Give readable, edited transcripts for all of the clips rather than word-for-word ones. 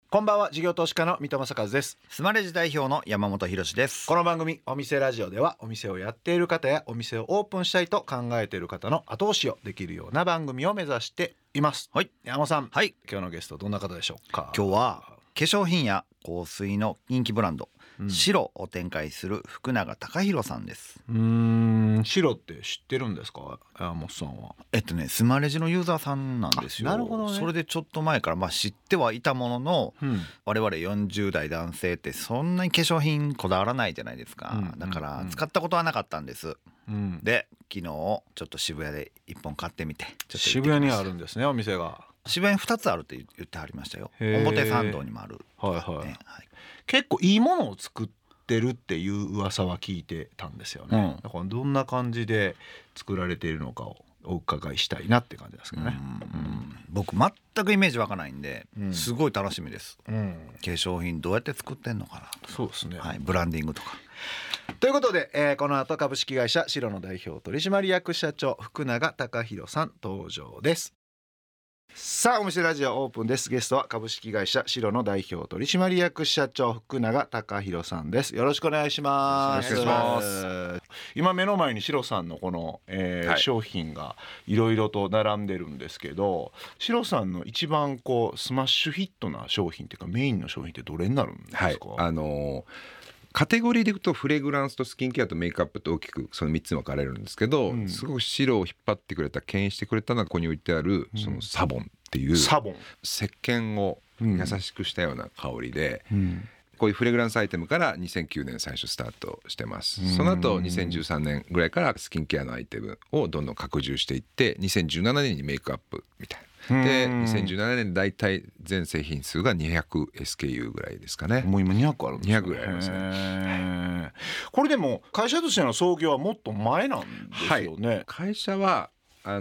こんばんは、事業投資家の三戸正和です。 スマレジ代表の山本博です。 この番組お店ラジオでは、お店をやっている方やお店をオープンしたいと考えている方の後押しをできるような番組を目指しています。 はい、 山本さん、 はい、 今日のゲストどんな方でしょうか？ 今日は化粧品や香水の人気ブランド、白を展開する福永貴弘さんです。 白って知ってるんですか、山本さんは？ スマレジのユーザーさんなんですよ。 なるほどね。 それでちょっと前から知ってはいたものの、我々40代男性ってそんなに化粧品こだわらないじゃないですか。だから使ったことはなかったんです。で昨日ちょっと渋谷で1本買ってみて。 渋谷にあるんですね、お店が。 渋谷に2つあるって言ってはりましたよ。表参道にもある、 結構いいものを作ってるっていう噂は聞いてたんですよね。だからどんな感じで作られているのかをお伺いしたいなって感じですけどね。 僕全くイメージ湧かないんで、すごい楽しみです。化粧品どうやって作ってんのかな。 そうですね、 ブランディングとか。 ということで、この後株式会社白の代表取締役社長福永貴弘さん登場です。さあ、お店ラジオオープンです。ゲストは株式会社白の代表取締役社長福永貴弘さんです。よろしくお願いします。今目の前に白さんのこの、商品がいろいろと並んでるんですけど、白さんの一番スマッシュヒットな商品っていうかメインの商品ってどれになるんですか？ カテゴリーでいくとフレグランスとスキンケアとメイクアップと大きくその3つに分かれるんですけど、すごく白を引っ張ってくれた、牽引してくれたのはここに置いてあるそのサボンっていう石鹸を優しくしたような香りで、こういうフレグランスアイテムから2009年最初スタートしてます。その後2013年ぐらいからスキンケアのアイテムをどんどん拡充していって、2017年にメイクアップみたいな。で2017年だいたい全製品数が200 SKU ぐらいですかね。 もう今200あるんですね。 200ぐらいありますね。 これでも会社としての創業はもっと前なんですよね。 会社は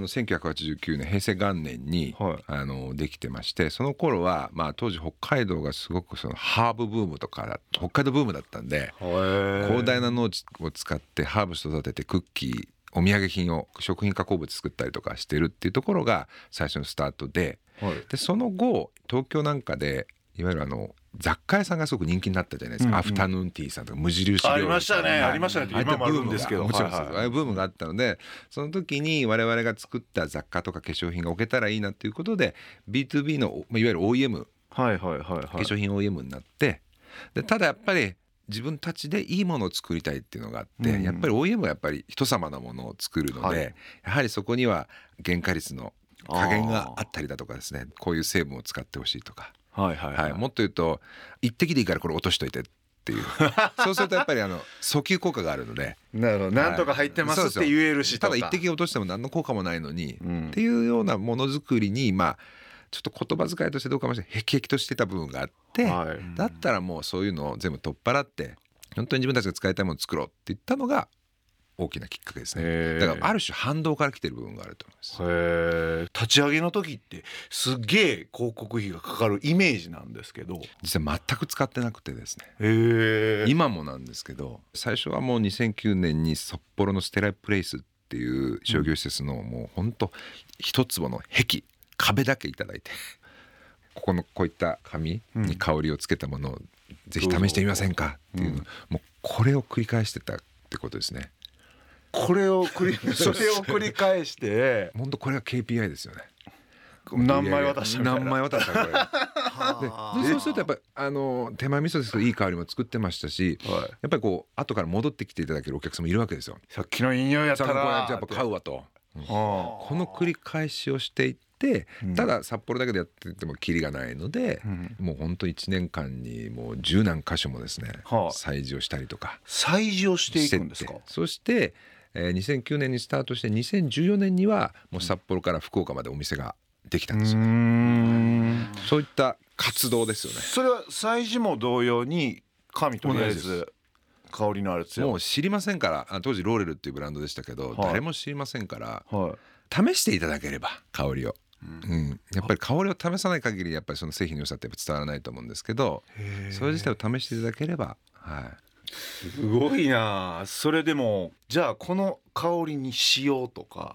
1989年平成元年に、できてまして、その頃は、当時北海道がすごくそのハーブブームとか北海道ブームだったんで、広大な農地を使ってハーブ育ててクッキー、お土産品を食品加工物作ったりとかしてるっていうところが最初のスタートで、その後東京なんかでいわゆる雑貨屋さんがすごく人気になったじゃないですか。アフタヌーンティーさんとか無印良品ありましたね、ありましたね。今もあるんですけど、 もちろんああいうブームがあったので、その時に我々が作った雑貨とか化粧品が置けたらいいなっていうことで B2B のいわゆる OEM、化粧品 OEM になって、でただやっぱり自分たちでいいものを作りたいっていうのがあって、やっぱり OEM はやっぱり人様なものを作るので、やはりそこには原価率の加減があったりだとかですね、こういう成分を使ってほしいとか、もっと言うと一滴でいいからこれ落としといてっていうそうするとやっぱり訴求効果があるので、 なるほど、なんとか入ってますって言えるし、 ただ一滴落としても何の効果もないのに、っていうようなものづくりにちょっと言葉遣いとしてどうかもしれない、へきへきとしてた部分があって、だったらもうそういうのを全部取っ払って本当に自分たちが使いたいものを作ろうって言ったのが大きなきっかけですね。だからある種反動から来てる部分があると思います。 立ち上げの時ってすげえ広告費がかかるイメージなんですけど、 実は全く使ってなくてですね、今もなんですけど、最初はもう2009年に札幌のステラプレイスっていう商業施設のもうほんと一坪の壁だけいただいて、こういった紙に香りをつけたものをぜひ試してみませんかっていうの、もうこれを繰り返してたってことですね。 それを繰り返して本当これが KPI ですよね。 何枚渡した何枚渡したこれでそうするとやっぱり手前味噌ですけどいい香りも作ってましたし、やっぱり後から戻ってきていただけるお客様いるわけですよ。 さっきのいい匂いやったらやっぱ買うわと、この繰り返しをしていって、ただ札幌だけでやっててもキリがないので、もうほんと1年間にもう10何箇所もですね、催事をしたりとか催事をしていくんですか。 そして2009年にスタートして2014年にはもう札幌から福岡までお店ができたんですよね。そういった活動ですよね。 それは催事も同様に紙とりあえず香りのあるもう知りませんから、当時ローレルっていうブランドでしたけど、誰も知りませんから、試していただければ香りを、やっぱり香りを試さない限りやっぱりその製品の良さってやっぱ伝わらないと思うんですけど、それ自体を試していただければ、 すごいな。それでもじゃあこの香りにしようとか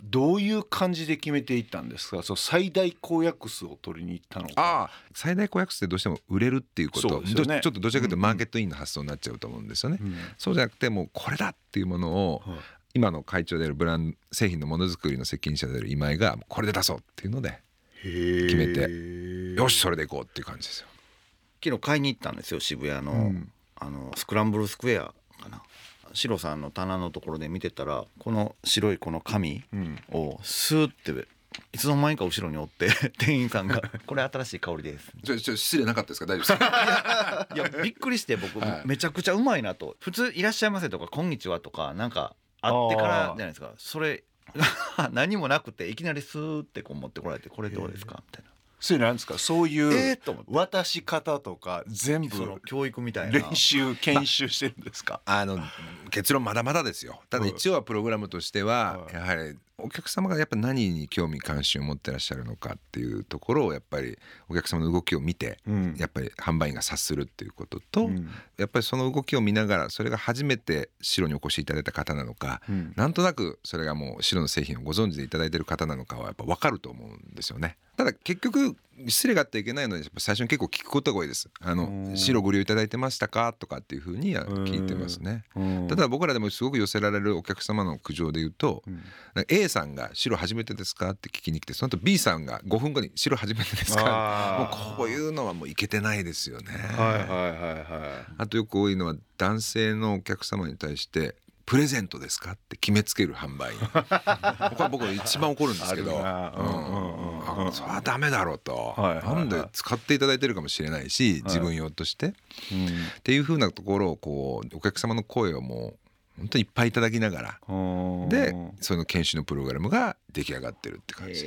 どういう感じで決めていったんですか？そう最大公約数を取りに行ったのか。 最大公約数ってどうしても売れるっていうこと、 そうですよね、 ちょっとどちらかというとマーケットインの発想になっちゃうと思うんですよね、そうじゃなくてもうこれだっていうものを、今の会長であるブランド製品のものづくりの責任者である今井がこれで出そうっていうので決めて、よしそれでいこうっていう感じですよ。 昨日買いに行ったんですよ、渋谷の、スクランブルスクエアかな、シロさんの棚のところで見てたら、この白いこの紙をスーっていつの間にか後ろにおって店員さんが「これ新しい香りです」 失礼なかったですか？大丈夫ですか？ いやびっくりして僕、めちゃくちゃうまいなと。普通「いらっしゃいませ」とか「こんにちは」とかなんかあってからじゃないですか。それ何もなくていきなりスーってこう持ってこられて「これどうですか?」みたいな。 それなんですか？そういう渡し方とか全部その教育みたいな練習研修してるんですか？ 結論まだまだですよ。ただ一応はプログラムとしてはやはりお客様がやっぱ何に興味関心を持ってらっしゃるのかっていうところをやっぱりお客様の動きを見て、やっぱり販売員が察するっていうことと、やっぱりその動きを見ながらそれが初めて白にお越しいただいた方なのか、なんとなくそれがもう白の製品をご存知でいただいている方なのかはやっぱ分かると思うんですよね。ただ結局失礼があってはいけないのでやっぱ最初に結構聞くことが多いです。白ご利用いただいてましたかとかっていうふうには聞いてますね。ただ僕らでもすごく寄せられるお客様の苦情で言うと、A さんが白初めてですかって聞きに来て、その後 B さんが5分後に白初めてですか、もうこういうのはもういけてないですよね。あとよく多いのは男性のお客様に対してプレゼントですかって決めつける販売員これは僕一番怒るんですけど、それはダメだろうと、なんで使っていただいてるかもしれないし自分用として、っていう風なところをこうお客様の声をもう本当にいっぱいいただきながらでその研修のプログラムが出来上がってるって感じです。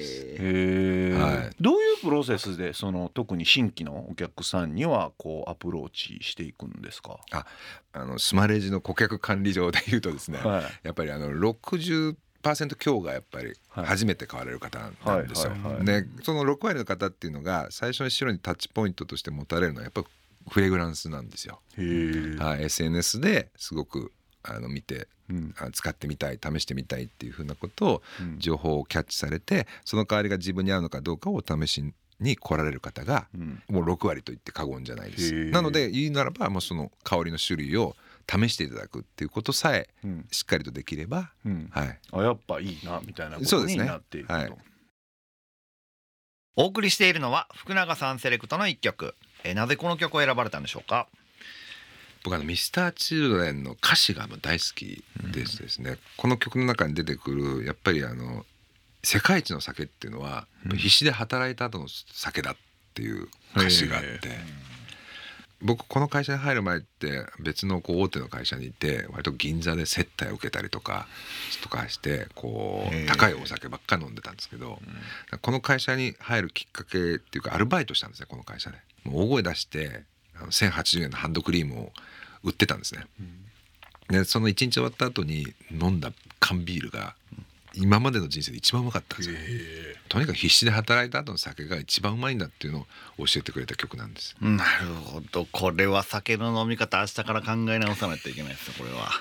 どういうプロセスでその特に新規のお客さんにはこうアプローチしていくんですか？ スマレジの顧客管理上でいうとですね、やっぱり60% 強がやっぱり初めて買われる方なんですよ。でその6割の方っていうのが最初に白にタッチポイントとして持たれるのはやっぱりフレグランスなんですよ。SNS ですごく見て、使ってみたい試してみたいっていうふうなことを情報をキャッチされて、その代わりが自分に合うのかどうかをお試しに来られる方がもう6割と言って過言じゃないです。なので言うならばもうその香りの種類を試していただくっていうことさえしっかりとできれば、 やっぱいいなみたいなことになっていくと。 お送りしているのは福永さんセレクトの一曲。なぜこの曲を選ばれたんでしょうか？ 僕ミスターチルドレンの歌詞が大好きですですね、この曲の中に出てくるやっぱり世界一の酒っていうのは必死で働いた後の酒だっていう歌詞があって、僕この会社に入る前って別の大手の会社にいて割と銀座で接待を受けたりとかして高いお酒ばっかり飲んでたんですけど、この会社に入るきっかけっていうかアルバイトしたんですね。この会社でもう大声出して1080円のハンドクリームを売ってたんですね。でその1日終わった後に飲んだ缶ビールが今までの人生で一番うまかったんですよ。とにかく必死で働いた後の酒が一番うまいんだっていうのを教えてくれた曲なんです。 なるほど、これは酒の飲み方明日から考え直さないといけないですねこれは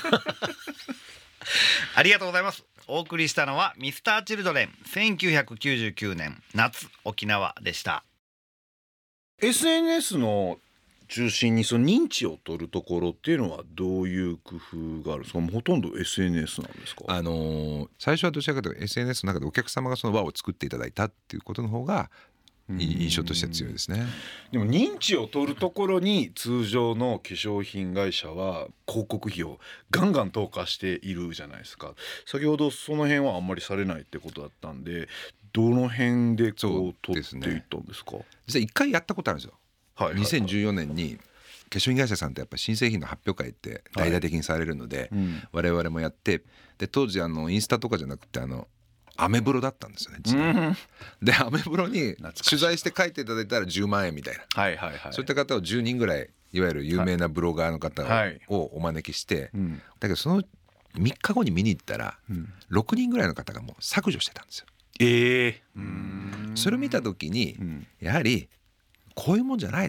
ありがとうございます。お送りしたのはミスターチルドレン1999年夏沖縄でした。 SNS の中心にその認知を取るところっていうのはどういう工夫があるんですか？もうほとんど SNS なんですか？ 最初はどちらかというと SNS の中でお客様がその輪を作っていただいたっていうことの方が印象としては強いですね。 でも認知を取るところに通常の化粧品会社は広告費をガンガン投下しているじゃないですか。先ほどその辺はあんまりされないってことだったんで、どの辺でこう取っていったんですか？ 実は1回やったことあるんですよ。2014年に化粧品会社さんってやっぱ新製品の発表会って大々的にされるので、我々もやって、で当時インスタとかじゃなくてアメブロだったんですよね。でアメブロに取材して書いていただいたら10万円みたいな、そういった方を10人ぐらいいわゆる有名なブロガーの方をお招きして、だけどその3日後に見に行ったら6人ぐらいの方がもう削除してたんですよ。それを見た時にやはりこういうもんじゃないと、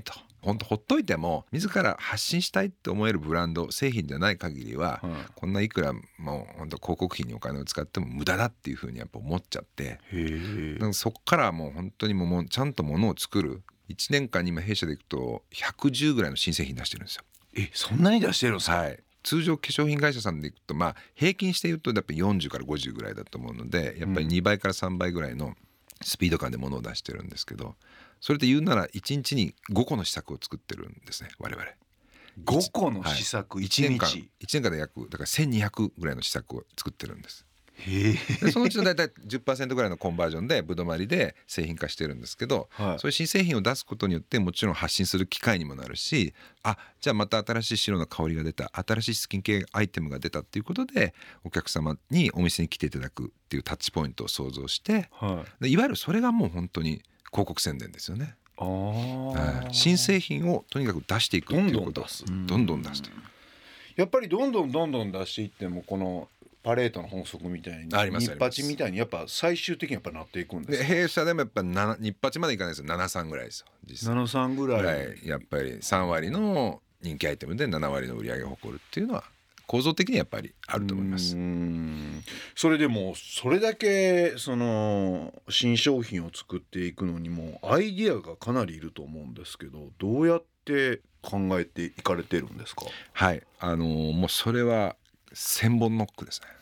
本当ほっといても自ら発信したいって思えるブランド製品じゃない限りは、こんないくらもう本当広告費にお金を使っても無駄だっていうふうにやっぱ思っちゃって、そこからもう本当にもうちゃんと物を作る。1年間に今弊社でいくと110ぐらいの新製品出してるんですよ。 そんなに出してるんですか？ はい。通常化粧品会社さんでいくと平均して言うとやっぱり40から50ぐらいだと思うので、やっぱり2倍から3倍ぐらいのスピード感で物を出してるんですけど、それで言うなら1日に5個の試作を作ってるんですね、我々。 5個の試作、1日 1年間でだから1200ぐらいの試作を作ってるんです。 でそのうちのだいたい 10% ぐらいのコンバージョンでぶどまりで製品化してるんですけど、そういう新製品を出すことによってもちろん発信する機会にもなるし、じゃあまた新しい白の香りが出た、新しいスキンケアアイテムが出たっていうことでお客様にお店に来ていただくっていうタッチポイントを想像して、でいわゆるそれがもう本当に広告宣伝ですよね。新製品をとにかく出していくっていうこと、どんどん出して、 やっぱりどんどん出していってもこのパレートの法則みたいに日八みたいにやっぱ最終的にやっぱなっていくんですか？ 弊社でもやっぱ日八までいかないですよ。73ぐらいですよ実際。 73ぐらい、 やっぱり3割の人気アイテムで7割の売り上げを誇るっていうのは構造的にやっぱりあると思います。 それでもそれだけその新商品を作っていくのにもアイディアがかなりいると思うんですけど、どうやって考えていかれてるんですか？ はい、もうそれは千本ノックですね。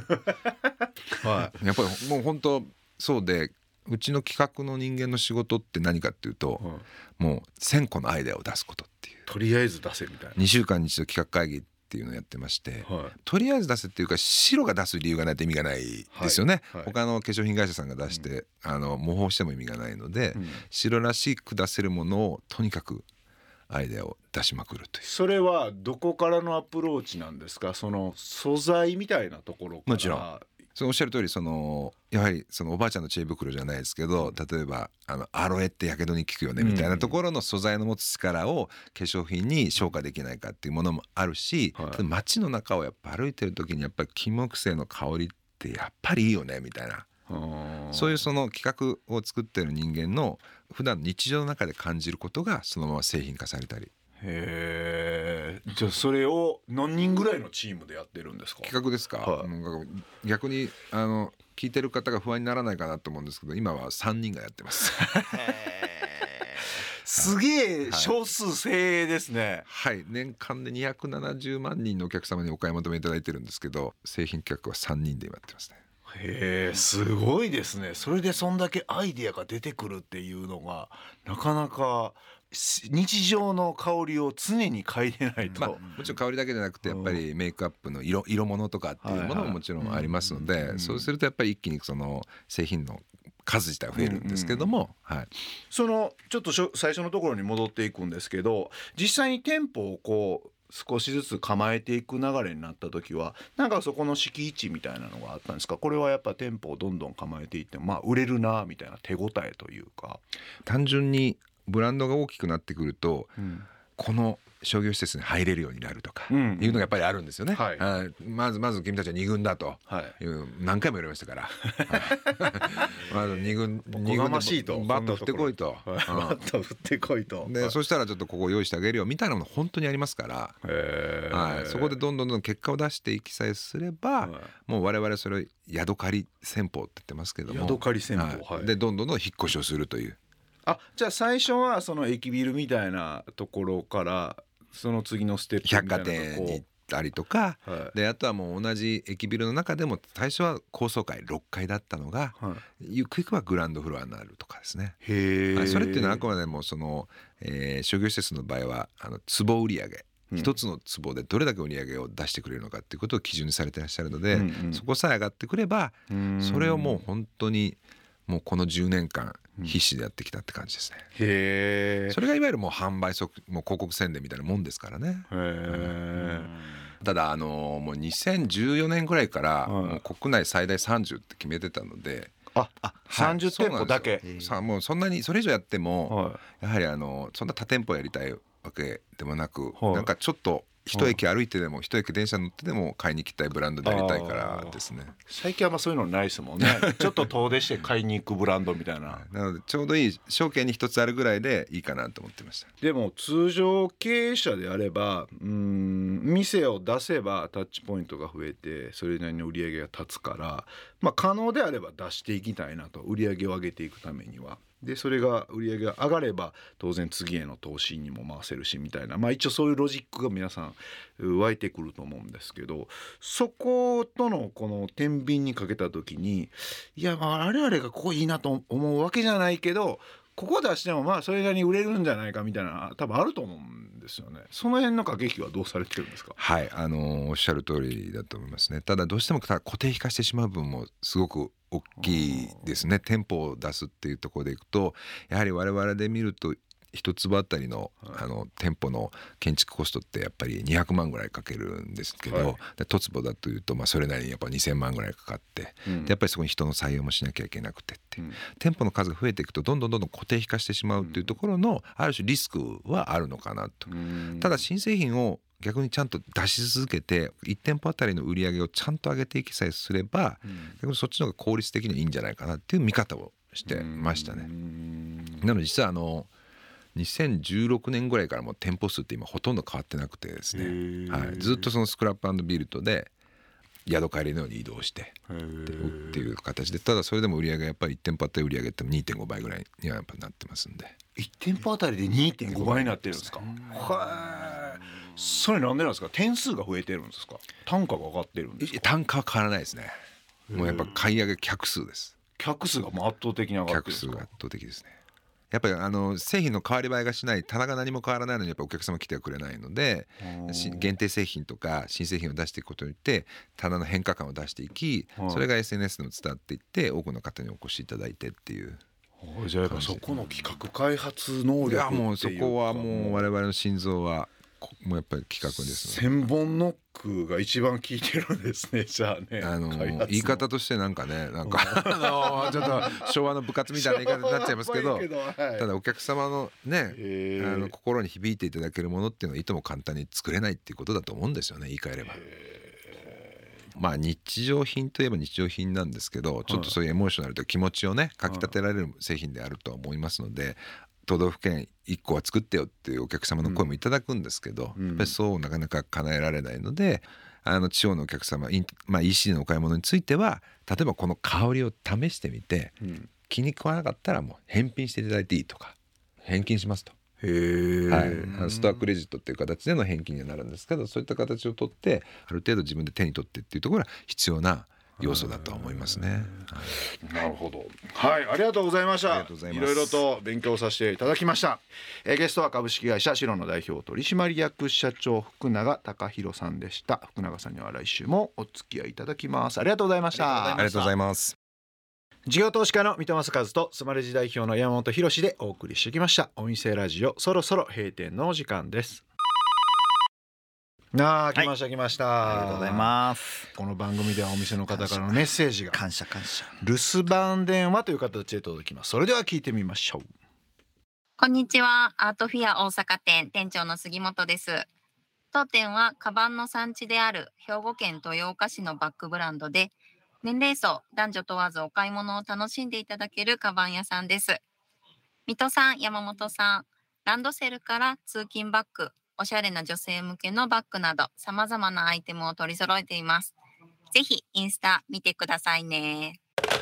やっぱりもう本当そうで、うちの企画の人間の仕事って何かっていうと、もう1000個のアイデアを出すことっていう、 とりあえず出せみたいな 2週間に一度企画会議っていうのをやってまして、とりあえず出せっていうか白が出す理由がないと意味がないですよね。他の化粧品会社さんが出して、模倣しても意味がないので、白らしく出せるものをとにかくアイデアを出しまくるという。 それはどこからのアプローチなんですか？その素材みたいなところから。 もちろんそのおっしゃる通り、やはりおばあちゃんの知恵袋じゃないですけど、例えばアロエってやけどに効くよねみたいなところの素材の持つ力を化粧品に昇華できないかっていうものもあるし、街の中をやっぱ歩いてる時にやっぱり金木犀の香りってやっぱりいいよねみたいな、そういうその企画を作ってる人間の普段日常の中で感じることがそのまま製品化されたり。 じゃあそれを何人ぐらいのチームでやってるんですか？ 企画ですか？逆に聞いてる方が不安にならないかなと思うんですけど、今は3人がやってます。 すげえ少数精鋭ですね。 はい、年間で270万人のお客様にお買い求めいただいてるんですけど、製品企画は3人で今やってますね。 すごいですね。それでそんだけアイデアが出てくるっていうのがなかなか日常の香りを常に嗅いでないと、 もちろん香りだけじゃなくてやっぱりメイクアップの色物とかっていうものももちろんありますので、そうするとやっぱり一気にその製品の数自体増えるんですけども、 そのちょっと最初のところに戻っていくんですけど、実際に店舗をこう少しずつ構えていく流れになった時はなんかそこの敷地みたいなのがあったんですか？これはやっぱ店舗をどんどん構えていって売れるなみたいな手応えというか。 単純にブランドが大きくなってくると、この商業施設に入れるようになるとかいうのがやっぱりあるんですよね。まず君たちは2軍だという何回も言われましたから、まず2軍でバット振ってこいと、 バット振ってこいと、 でそしたらちょっとここ用意してあげるよみたいなの本当にありますから、そこでどんどん結果を出していきさえすれば、もう我々それをヤドカリ戦法って言ってますけども、 ヤドカリ戦法でどんどん引っ越しをするという。 じゃあ最初はその駅ビルみたいなところからその次のステップ百貨店に行ったりとか、であとはもう同じ駅ビルの中でも最初は高層階6階だったのが、ゆくゆくはグランドフロアになるとかですね。それっていうのはあくまでもその、商業施設の場合は坪売上一つの坪でどれだけ売り上げを出してくれるのかっていうことを基準にされていらっしゃるので、そこさえ上がってくれば、それをもう本当にもうこの10年間必死でやってきたって感じですね。それがいわゆるもう販売もう広告宣伝みたいなもんですからね。ただもう2014年ぐらいからもう国内最大30って決めてたので、 30店舗だけ。 もうそんなにそれ以上やってもやはりそんな多店舗やりたいわけでもなく、なんかちょっと一駅歩いてでも一駅電車乗ってでも買いに行きたいブランドでありたいからですね。 最近はそういうのないですもんねちょっと遠出して買いに行くブランドみたいななのでちょうどいい証券に一つあるぐらいでいいかなと思ってました。 でも通常経営者であれば店を出せばタッチポイントが増えてそれなりの売り上げが立つから、可能であれば出していきたいなと売り上げを上げていくためには。でそれが売り上げが上がれば当然次への投資にも回せるしみたいな、一応そういうロジックが皆さん湧いてくると思うんですけど、そことのこの天秤にかけた時にいや我々がここいいなと思うわけじゃないけどここ出してもそれなりに売れるんじゃないかみたいな多分あると思うんですよね。その辺の駆け引きはどうされてるんですか？ はい、おっしゃる通りだと思いますね。ただどうしても固定費化してしまう分もすごく大きいですね。店舗を出すっていうところでいくとやはり我々で見ると一坪あたりの、店舗の建築コストってやっぱり200万ぐらいかけるんですけど、で一坪だというとそれなりにやっぱ2000万ぐらいかかって、でやっぱりそこに人の採用もしなきゃいけなくてっていう、店舗の数が増えていくとどんどん固定費化してしまうっていうところのある種リスクはあるのかなと。ただ新製品を逆にちゃんと出し続けて1店舗あたりの売り上げをちゃんと上げていきさえすれば、逆にそっちの方が効率的にはいいんじゃないかなっていう見方をしてましたね。なので実は2016年ぐらいからもう店舗数って今ほとんど変わってなくてですね、ずっとそのスクラップ&ビルドで宿帰りのように移動してっていう形で、ただそれでも売り上げがやっぱり1店舗あたり売り上げって 2.5 倍ぐらいにはやっぱなってますんで、 1店舗あたりで 2.5 倍になってるんですか？それなんでなんですか？点数が増えてるんですか？単価が上がってるんですか？ 単価は変わらないですね。もうやっぱ買い上げ客数です。 客数がもう圧倒的に上がってるんですか？ 客数が圧倒的ですね。やっぱり製品の変わり映えがしない、棚が何も変わらないのにやっぱお客様来てはくれないので、限定製品とか新製品を出していくことによって棚の変化感を出していき、それが SNS でも伝わっていって多くの方にお越しいただいてっていう。 じゃあやっぱそこの企画開発能力っていうか、 もうそこはもう我々の心臓はもうやっぱり企画です千本ノックが一番効いてるんですね。じゃあね、 言い方としてなんかちょっと昭和の部活みたいな言い方になっちゃいますけど、ただお客様のね心に響いていただけるものっていうのはいとも簡単に作れないっていうことだと思うんですよね、言い換えれば。日常品といえば日常品なんですけど、ちょっとそういうエモーショナルと気持ちをねかきたてられる製品であるとは思いますので、都道府県1個は作ってよっていうお客様の声もいただくんですけど、やっぱりそうなかなか叶えられないので、地方のお客様、EC のお買い物については例えばこの香りを試してみて、気に食わなかったらもう返品していただいていいとか、返金しますと。ストアクレジットっていう形での返金にはなるんですけど、そういった形を取ってある程度自分で手に取ってっていうところは必要な要素だと思いますね。 なるほど。はい、ありがとうございました。いろいろと勉強させていただきました。ゲストは株式会社シロの代表取締役社長福永隆弘さんでした。福永さんには来週もお付き合いいただきます。ありがとうございました。 ありがとうございます。 事業投資家の三戸正和とスマレジ代表の山本博でお送りしてきました。お店ラジオ、そろそろ閉店のお時間です。来ました来ました、 ありがとうございます。 この番組ではお店の方からのメッセージが感謝留守番電話という形で届きます。それでは聞いてみましょう。 こんにちは、アートフィア大阪店店長の杉本です。当店はカバンの産地である兵庫県豊岡市のバッグブランドで、年齢層男女問わずお買い物を楽しんでいただけるカバン屋さんです。水戸さん、山本さん、ランドセルから通勤バッグ、おしゃれな女性向けのバッグなど様々なアイテムを取り揃えています。ぜひインスタ見てくださいね。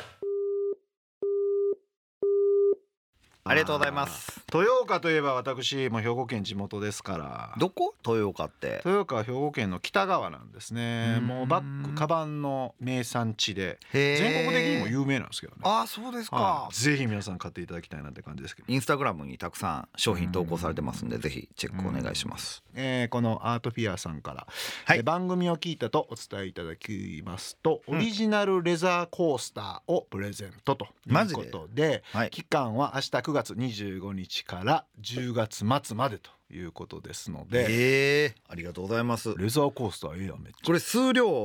ありがとうございます。 豊岡といえば私も兵庫県地元ですから。 どこ？豊岡って。 豊岡は兵庫県の北側なんですね。もうバッグカバンの名産地で全国的にも有名なんですけどね。 ああ、そうですか。 ぜひ皆さん買っていただきたいなって感じですけど。 インスタグラムにたくさん商品投稿されてますんで、ぜひチェックお願いします。 このアートフィアさんから、番組を聞いたとお伝えいただきますと、オリジナルレザーコースターをプレゼントということで、期間は明日9月25日から10月末までということですので、 ありがとうございます。 レザーコースターめっちゃこれ数量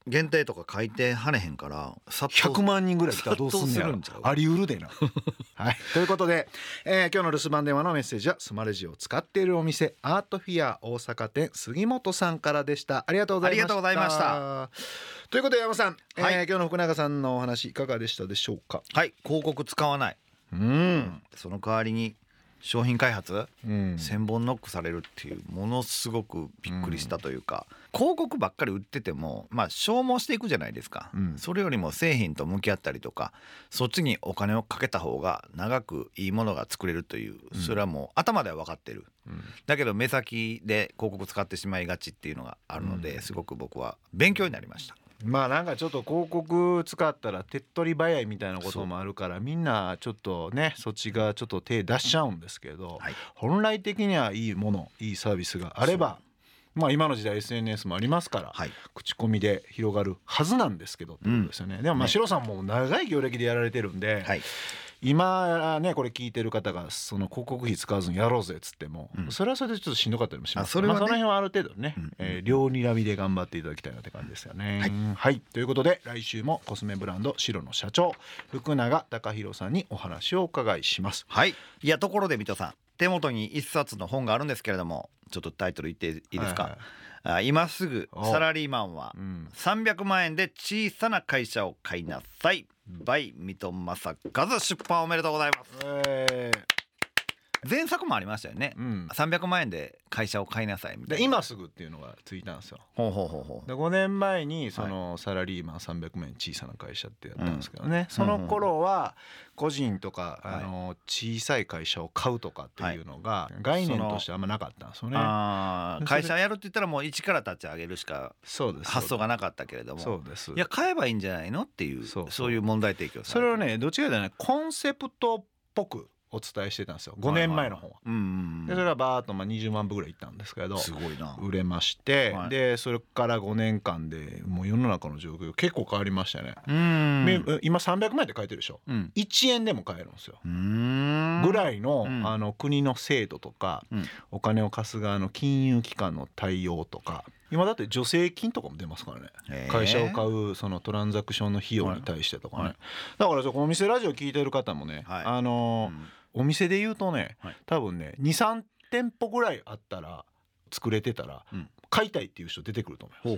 限定とか書いてはれへんから 100万人ぐらい来たらどうすんねやろ。ありうるでなはい、ということで、今日の留守番電話のメッセージはスマレジを使っているお店アートフィア大阪店杉本さんからでした。ありがとうございました。 ありがとうございました。 ということで山さん、 はい、 今日の福永さんのお話いかがでしたでしょうか。 はい、広告使わない、その代わりに商品開発、1000本ノックされるっていうものすごくびっくりしたというか、広告ばっかり売ってても消耗していくじゃないですか、それよりも製品と向き合ったりとかそっちにお金をかけた方が長くいいものが作れるという、それはもう頭では分かってる、だけど目先で広告使ってしまいがちっていうのがあるので、すごく僕は勉強になりました。 なんかちょっと広告使ったら手っ取り早いみたいなこともあるからみんなちょっとねそっちがちょっと手出しちゃうんですけど、本来的にはいいものいいサービスがあれば今の時代 SNS もありますから、口コミで広がるはずなんですけどってことですよね。でもシロさんも長い業歴でやられてるんで、今ねこれ聞いてる方がその広告費使わずにやろうぜっつっても、それはそれでちょっとしんどかったりもします。その辺はある程度ね、両にらみで頑張っていただきたいなって感じですよね。はい、ということで来週もコスメブランドシロの社長福永貴弘さんにお話をお伺いします。 はい、いやところで水戸さん、手元に一冊の本があるんですけれども、ちょっとタイトル言っていいですか。今すぐサラリーマンは300万円で小さな会社を買いなさい by 水戸正和出版おめでとうございます。前作もありましたよね、300万円で会社を買いなさいみたいな。 で今すぐっていうのがついたんですよ。で5年前にそのサラリーマン300万円小さな会社ってやったんですけどね、その頃は個人とか小さい会社を買うとかっていうのが概念としてあんまなかったんですよね。 会社やるって言ったらもう一から立ち上げるしか発想がなかったけれども、いや買えばいいんじゃないのっていう、そういう問題提起をそれをねどっちかというとねコンセプトっぽくお伝えしてたんですよ5年前の本は。でそれがバーッと20万部ぐらいいったんですけど、 すごいな、 売れまして、でそれから5年間でもう世の中の状況結構変わりましたね。今300万円で買えてるでしょ、1円でも買えるんですよぐらいの、国の制度とか、お金を貸す側の金融機関の対応とか、今だって助成金とかも出ますからね、会社を買うそのトランザクションの費用に対してとかね、だからこのお店ラジオ聞いてる方もね、お店で言うとね、多分ね 2,3 店舗ぐらいあったら作れてたら、買いたいっていう人出てくると思います。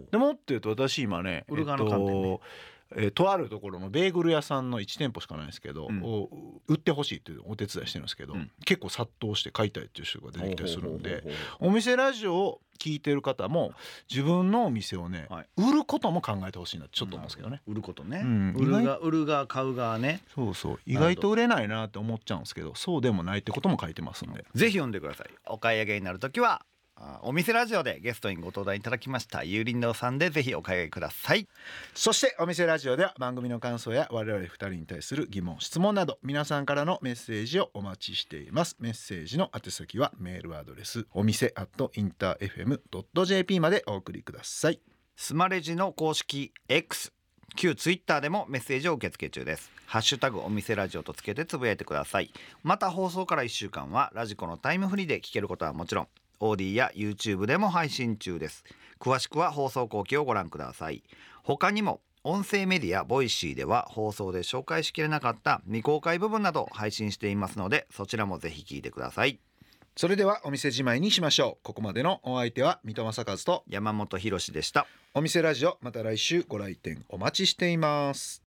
でもって言うと私今ねとあるところのベーグル屋さんの1店舗しかないんですけど、売ってほしいっていうお手伝いしてるんですけど、結構殺到して買いたいっていう人が出てきたりするんで、お店ラジオを聞いてる方も自分のお店をね、売ることも考えてほしいなってちょっと思うんですけどね。 売ることね、売る側買う側ね。そう意外と売れないなって思っちゃうんですけど、そうでもないってことも書いてますんで、 ぜひ読んでください。お買い上げになるときはお店ラジオでゲストにご登壇いただきましたゆうりんどうさんでぜひお買い上げください。 そしてお店ラジオでは番組の感想や我々2人に対する疑問質問など皆さんからのメッセージをお待ちしています。メッセージの宛先はメールアドレスお店@interfm.jp までお送りください。 スマレジの公式 X旧ツイッターでもメッセージを受け付け中です。ハッシュタグお店ラジオとつけてつぶやいてください。また放送から1週間はラジコのタイムフリーで聞けることはもちろんOD や YouTube でも配信中です。詳しくは放送後期をご覧ください。他にも音声メディアボイシーでは放送で紹介しきれなかった未公開部分などを配信していますので、そちらもぜひ聞いてください。 それではお店じまいにしましょう。ここまでのお相手は水戸正和と山本博史でした。 お店ラジオ、また来週ご来店お待ちしています。